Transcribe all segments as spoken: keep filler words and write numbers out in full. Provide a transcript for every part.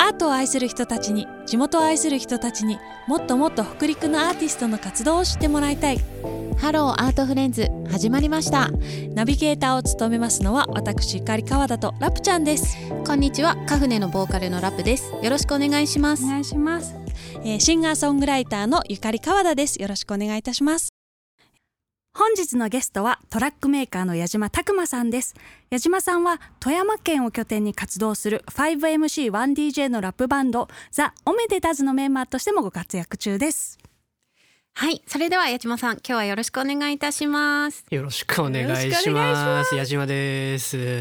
アートを愛する人たちに、地元を愛する人たちにもっともっと北陸のアーティストの活動を知ってもらいたい。 ハローアートフレンズ始まりました。 ナビゲーターを務めますのは私ゆかり川田とラプちゃんです。 こんにちは、カフネのボーカルのラプです。よろしくお願いします。 お願いします、えー、シンガーソングライターのゆかり川田です。よろしくお願いいたします。本日のゲストはトラックメーカーの矢島拓馬さんです。矢島さんは富山県を拠点に活動する ファイブエムシーワンディージェー のラップバンドザ・オメデタズのメンバーとしてもご活躍中です。 はい、それでは矢島さん、今日はよろしくお願いいたします。 よろしくお願いします。矢島です。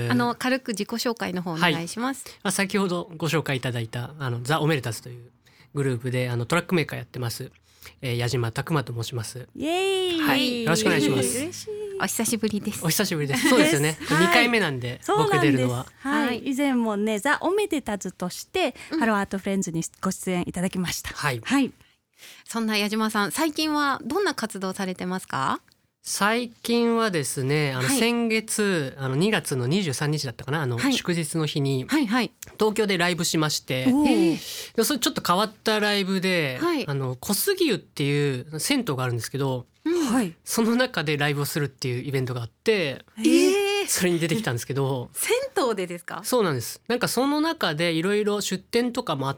あの軽く自己紹介の方お願いします。 はい、先ほどご紹介いただいたあのザ・オメデタズというグループであのトラックメーカーやってます、えー、矢島拓馬と申します。 イエーイ、 はい、よろしくお願いします。 嬉しい。 お久しぶりです。 お久しぶりです。そうですよね、はい、にかいめなんで僕出るのは、 はいはい、以前もねザ・オメデタズとして、うん、ハローアートフレンズにご出演いただきました。 はい、 はい、 そんな矢島さん、最近はどんな活動されてますか？ 最近はですね、あの先月、はい、あのにがつのにじゅうさんにちだったかな、あの、はい、祝日の日に東京でライブしまして、はい、それちょっと変わったライブで、はい、あの小杉湯っていう銭湯があるんですけど、はい、その中でライブをするっていうイベントがあって、えー、それに出てきたんですけど銭湯でですか？ そうなんです。なんかその中でいろいろ出店とかもあって、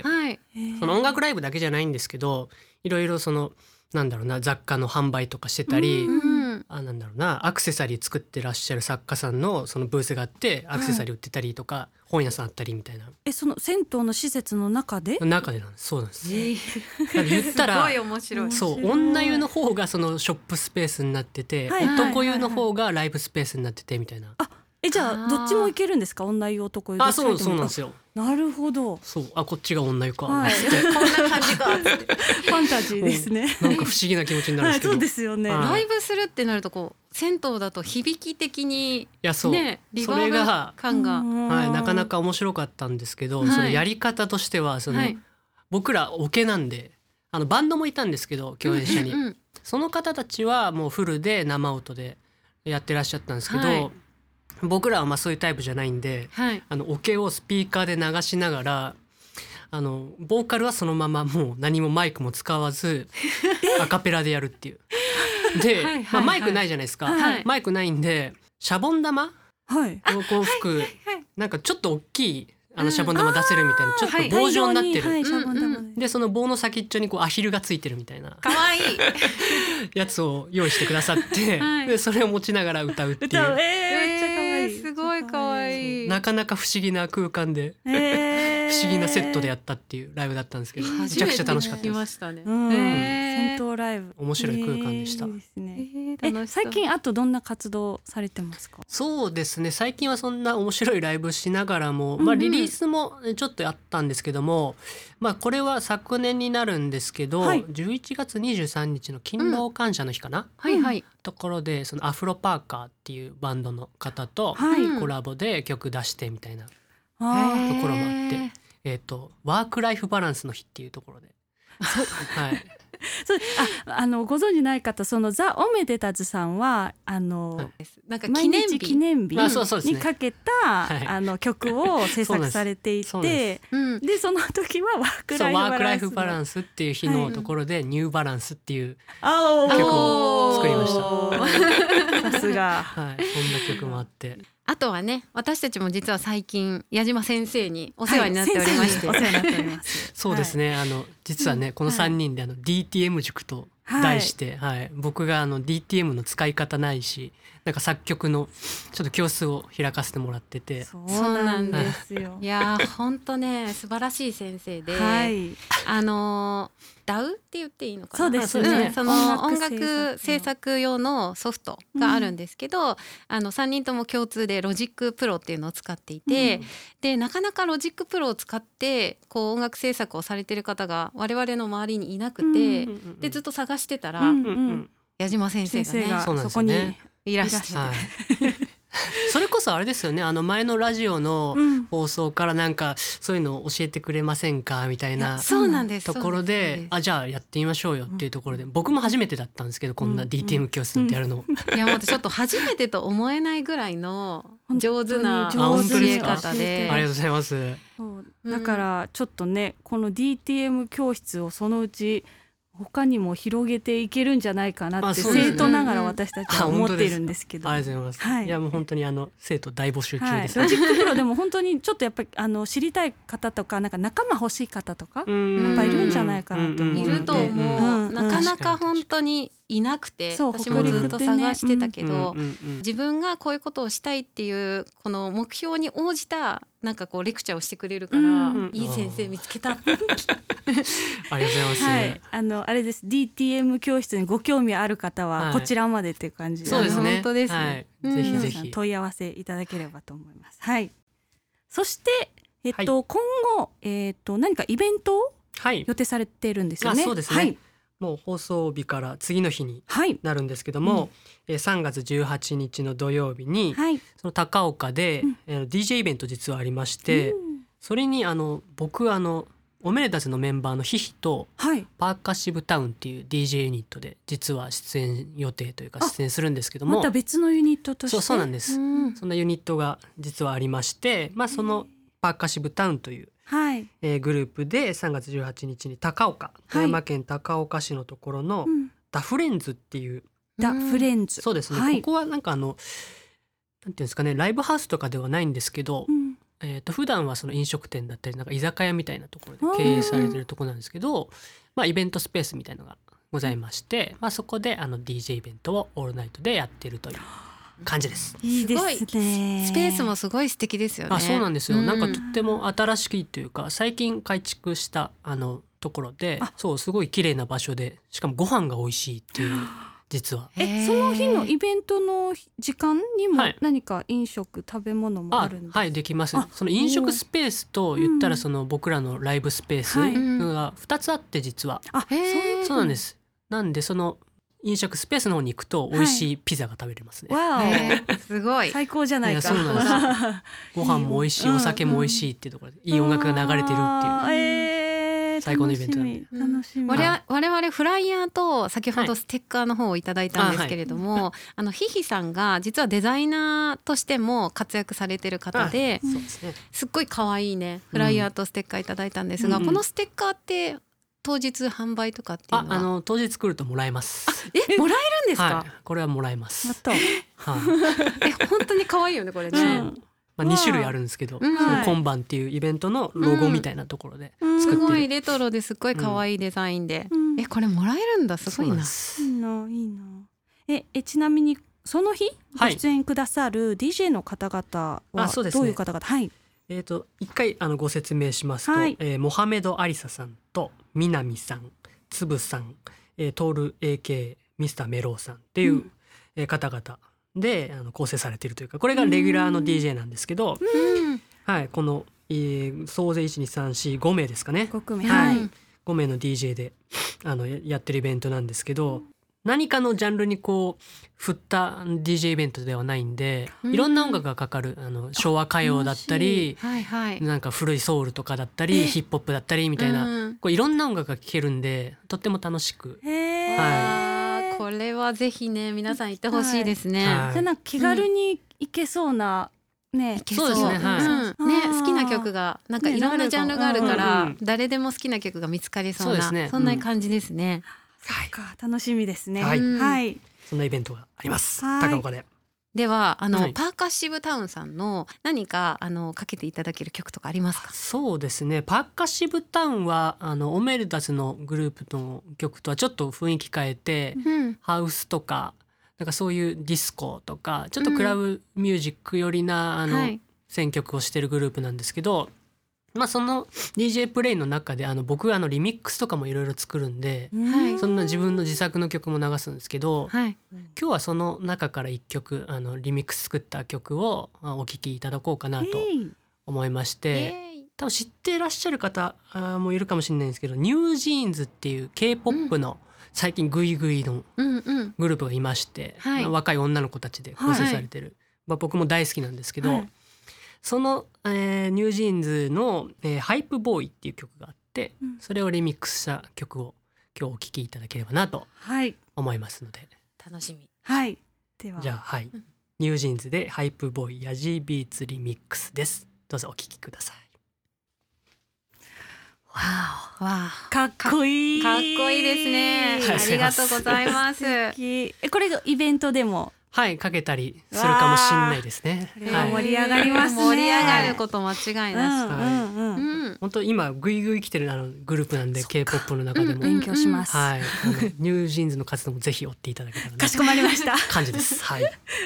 はい、その音楽ライブだけじゃないんですけど、いろいろそのなんだろうな、雑貨の販売とかしてたり、あなんだろうな、アクセサリー作ってらっしゃる作家さんのそのブースがあってアクセサリー売ってたりとか、はい、本屋さんあったりみたいな。 え、その銭湯の施設の中で中でなんです。そうなんです、えー、言ったらすごい面白い。 そう、女湯の方がそのショップスペースになってて、はい、男湯の方がライブスペースになっててみたいな。 あ、え、じゃあどっちも行けるんですか？女湯男湯。 あ、そうそうなんですよ。 なるほど。 そう、あ、こっちが女湯か、 はい、 ってこんな感じかってファンタジーですね。 なんか不思議な気持ちになるんですけど、 はい、そうですよね。 ライブするってなるとこう銭湯だと響き的に、ね、いやそう、リバーブ感が、 はい、なかなか面白かったんですけど、はい、そのやり方としてはその、はい、僕らオケなんで、あのバンドもいたんですけど共演者に、うんうん、その方たちはもうフルで生音でやってらっしゃったんですけど、はい、僕らはまあそういうタイプじゃないんで、はい、あのオケをスピーカーで流しながら、あのボーカルはそのままもう何もマイクも使わずアカペラでやるっていうで、はいはいはい、まあ、マイクないじゃないですか、はい、マイクないんでシャボン玉をこう吹く、はいはいはい、なんかちょっと大きいあのシャボン玉出せるみたいな、うん、ちょっと棒状になってる、はいはい、でその棒の先っちょにこうアヒルがついてるみたいなかわいいやつを用意してくださって、はい、でそれを持ちながら歌うっていう。 歌う、えー、めっちゃかわいい。 すごいかわいい。 なかなか不思議な空間で、えー、不思議なセットでやったっていうライブだったんですけど、めちゃくちゃ楽しかったです。 ましたね、 うん、銭湯ライブ面白い空間でした、 えーいいですね。えー、最近あとどんな活動されてますか？ そうですね、最近はそんな面白いライブしながらも、まあ、リリースもちょっとやったんですけども、まあ、これは昨年になるんですけど、はい、じゅういちがつにじゅうさんにちの勤労感謝の日かな、うん、はいはい、ところでそのアフロパーカーっていうバンドの方とコラボで曲出してみたいなところもあって、えーと、ワークライフバランスの日っていうところではい、 それああのご存じない方、そのザ・オメデタズさんはあの、はい、 なんか記念日記念日にかけた、はい、あの曲を制作されていて、で, でその時はワークライフバランスワークライフバランスっていう日のところで、はい、ニューバランスっていう曲を作りました。 さすが、 はい、そんな曲もあって、 あとはね、私たちも実は最近矢島先生にお世話になっておりまして、 はい、お世話になっております。 そうですね、あの実はね、うん、このさんにんであの ディーティーエム 塾と題して、はいはい、僕があの ディーティーエム の使い方ないし、なんか作曲のちょっと教室を開かせてもらってて。 そうなんですよ。 いや本当ね、素晴らしい先生で、はい、あのダウって言っていいのかな。 そうですね、 うん、その音楽制作用のソフトがあるんですけど、うん、あのさんにんとも共通でロジックプロっていうのを使っていて、うん、でなかなかロジックプロを使ってこう音楽制作をされてる方が我々の周りにいなくて、うん、でずっと探してたら、うんうん、矢島先生がね、 がそこにいらして、はいそれこそあれですよね、あの前のラジオの放送からなんかそういうのを教えてくれませんかみたいなところで、あじゃあやってみましょうよっていうところで、僕も初めてだったんですけど、こんな ディーティーエム 教室なんてやるの、 いやもうちょっと初めてと思えないぐらいの上手な教え方で、 ありがとうございます。 だからちょっとねこの ディーティーエム 教室をそのうち他にも広げていけるんじゃないかなって生徒ながら私たちは思っているんですけど、 ありがとうございます、はい、いやもう本当にあの生徒大募集中です、 はい、ロジックプロでも本当にちょっとやっぱりあの知りたい方とかなんか仲間欲しい方とかやっぱいるんじゃないかなと思うので、 いると思う、なかなか本当にいなくて、私もずっと探してたけど、自分がこういうことをしたいっていうこの目標に応じたなんかこうレクチャーをしてくれるから、いい先生見つけたありがとうございます、 はい、あのあれです ディーティーエム 教室にご興味ある方はこちらまでっていう感じで、 はい、そうですね、 本当ですね、 はい、ぜひぜひ問い合わせいただければと思います。はい、そしてえっと、はい、今後、えっと、何かイベントを予定されているんですよね。 はい、あ、そうですね、はい、もう放送日から次の日になるんですけども、はい、うん、さんがつじゅうはちにちの土曜日に、はい、その高岡で、うん、ディージェー イベント実はありまして、うん、それにあの僕あのオメレタスのメンバーのヒヒと、はい、パーカッシブタウンっていう ディージェー ユニットで実は出演予定というか出演するんですけども、 また別のユニットとして、 そう、そうなんです、うん、そんなユニットが実はありまして、まあ、そのパーカッシブタウンという、はい、えー、グループでさんがつじゅうはちにちに高岡、富山県高岡市のところのダフレンズっていう、 うん、ダフレンズ、 そうですね、はい、ここはなんかあのなんていうんですかね、ライブハウスとかではないんですけど、うん、えー、と普段はその飲食店だったりなんか居酒屋みたいなところで経営されてるところなんですけど、まあ、イベントスペースみたいなのがございまして、まあ、そこであの ディージェー イベントをオールナイトでやってるという感じです。 いいですね。 スペースもすごい素敵ですよね。 あ、そうなんですよ、うん、なんかとっても新しいというか最近改築したあのところで、そうすごい綺麗な場所で、しかもご飯が美味しいっていう実はえその日のイベントの時間にも何か飲食、はい、食べ物もあるんですか？ あ、はい、できます。その飲食スペースと言ったらその僕らのライブスペースがふたつあって実は、 あ、そういうそうなんです。なんでその飲食スペースの方に行くと美味しいピザが食べれますね、 はい、 わおすごい最高じゃないか。 いや、そうなんですご飯も美味しい、お酒も美味しいっていうところでいい音楽が流れてるっていう、えー、最高のイベントなんで楽しみ。 我々、我々フライヤーと先ほどステッカーの方をいただいたんですけれども、はい、あ, はい、あのヒヒさんが実はデザイナーとしても活躍されてる方で、 そうですね、 すっごい可愛いねフライヤーとステッカーいただいたんですが、うん、このステッカーって当日販売とかっていうのは、 ああの当日来るともらえます。 あ、え、もらえるんですか？ はい、これはもらえます。 やった、 はい、 え、本当に可愛いよねこれね、うん、 まあ、に種類あるんですけど、うん、その今晩っていうイベントのロゴみたいなところで作ってる、うん、 すごいレトロですっごい可愛いデザインで、うん、え、これもらえるんだ、すごいな。いいな、いいな。ええちなみにその日ご出演くださる ディージェー の方々はどういう方々？はい、 えー、と一回あのご説明しますと、はい、えー、モハメド・アリサさんと南さん、つぶさん、えー、トール エーケー ミスターメローさんっていう、うん、えー、方々であの構成されているというか、これがレギュラーの ディージェー なんですけど、うん、はい、この、えー、総勢いち、に、さん、よん、ごめいですかね、 ごめい、 はい、ごめいの ディージェー であのやってるイベントなんですけど、何かのジャンルにこう振った ディージェー イベントではないんで、いろんな音楽がかかる、あの昭和歌謡だったり、 はいはい、 なんか古いソウルとかだったりヒップホップだったりみたいな、うん、こういろんな音楽が聴けるんでとっても楽しく、 はい、これはぜひね皆さん行ってほしいですね、 はい、じゃあなんか気軽に行けそうな、ね、 そうですね、はい、 うんね、好きな曲がなんかいろんなジャンルがあるから、ね、誰でも好きな曲が見つかりそうな、そうですね、そんな感じですね、 うん、はい、楽しみですね、 はいはい、 そんなイベントがあります、高岡で。 ではあの、はい、パーカッシブタウンさんの何かあのかけていただける曲とかありますか？ そうですね、パーカッシブタウンはあのオメルタスのグループの曲とはちょっと雰囲気変えて、うん、ハウスとかなんかそういうディスコとかちょっとクラブミュージック寄りな、うん、あの、はい、選曲をしてるグループなんですけど、まあ、その ディージェー プレイの中であの僕はあのリミックスとかもいろいろ作るんで、はい、そんな自分の自作の曲も流すんですけど、はい、今日はその中からいっきょくあのリミックス作った曲をお聴きいただこうかなと思いまして、多分知っていらっしゃる方もいるかもしれないんですけど、ニュージーンズっていう K-ポップ の最近グイグイのグループがいまして、うんうん、若い女の子たちで構成されてる、はい、まあ、僕も大好きなんですけど、はい、その、えー、ニュージーンズの、えー、ハイプボーイっていう曲があって、うん、それをリミックスした曲を今日お聴きいただければなと思いますので、はい、 楽しみ。 はい、ではじゃあ、はい、うん、ニュージーンズでハイプボーイヤジービーツリミックスです。どうぞお聴きください。 わわあ、かっこいい。 かっこいいですね。 はいありがとうございます。 えこれがイベントでもはいかけたりするかもしれないですね。 これは盛り上がりますね。 盛り上がること間違いなし。 うんうんうんうん本当今グイグイ来てるあのグループなんで K-ポップ の中でも、 勉強します。 はい、あのニュージーンズの活動もぜひ追っていただけたらなかしこまりました。 感じです。はい。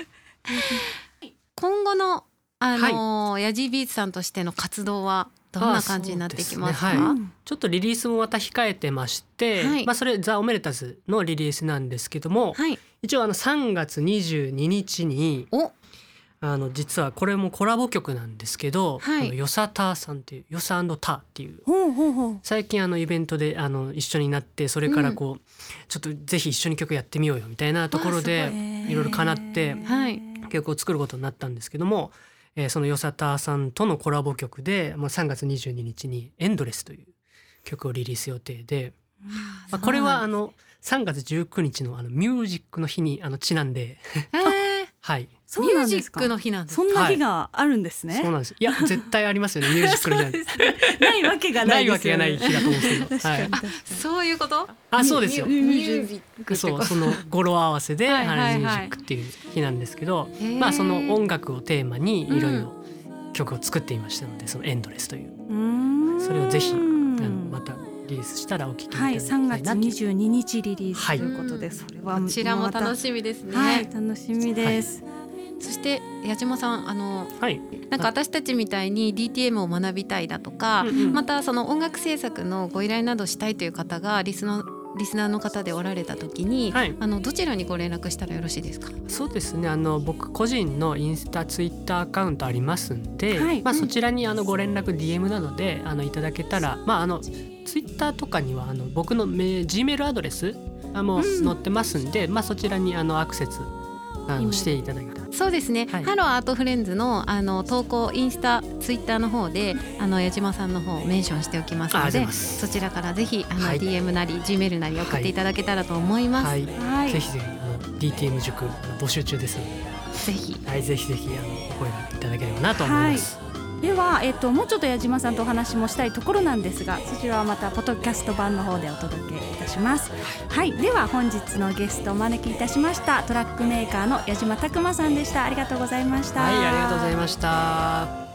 今後のあのーヤジービーツさんとしての活動はどんな感じになってきますか？ あそうですねはいちょっとリリースもまた控えてまして、 はいまあそれザ・オメレタズのリリースなんですけども、 はい。 一応あのさんがつにじゅうににちにお、 あの実はこれもコラボ曲なんですけど、 はいあのヨサターさんっていうヨサ&ターっていうほうほうほう。 最近あのイベントであの一緒になってそれからこう、ちょっとぜひ一緒に曲やってみようよみたいなところわであすごいろいろ叶ってはい曲を作ることになったんですけども、えーそのヨサターさんとのコラボ曲でもうさんがつにじゅうににちにエンドレスという曲をリリース予定で、まあ、これはあのさんがつじゅうくにちのあのミュージックの日にあのちなんでえー、 はいそうミュなんですか。 ージックの日なんです。 そんな日があるんですね。 そうなんですいや絶対ありますよねミュージックの日なんでないわけがなないいわですよね。 けがない日だと思うんですけど、はい、 確かに確かに。 そういうこと？ あそうですよミュミュージックってそうこと。 その語呂合わせではいはいはいミュージックっていう日なんですけど、 へーまあその音楽をテーマにいろいろ曲を作っていましたので、そのエンドレスといううーんそれをぜひあのまはたリリースしたらお聞きいただきたい、 いさんがつになというじゅうににちリリースはいということで、それはこちらも楽ししみですね。 はい、楽しみです。 そして矢島さん、あのはいなんか私たちみたいに ディーティーエム を学びたいだとか、 うんうんまたその音楽制作のご依頼などしたいという方がリスナーリスナーの方でおられた時に、 はいあのどちらにご連絡したらよろしいですか？ そうですねあの僕個人のインスタツイッターアカウントありますんで、 はいまあ、そちらにあのご連絡 ディーエム などであのいただけたら、まあ、あのツイッターとかにはあの僕のメ G メールアドレスあもう載ってますんで、まあ、そちらにあのアクセスあのしていただけたらそうですね、 はいハローアートフレンズのあの投稿インスタツイッターの方であの矢島さんの方をメンションしておきますので、 あありがとうございますそちらからぜひあの、 はいディーエム なり G メールなり送っていただけたらと思います、 はいはいぜひぜひあの ディーティーエム 塾募集中ですのぜひで、はい、ぜひぜひあのお声掛けいただければなと思います。 では、えっと、もうちょっと矢島さんとお話もしたいところなんですが、そちらはまたポッドキャスト版の方でお届けいたします。はい、では本日のゲストお招きいたしましたトラックメーカーの矢島拓馬さんでした。ありがとうございました。 はい、ありがとうございました。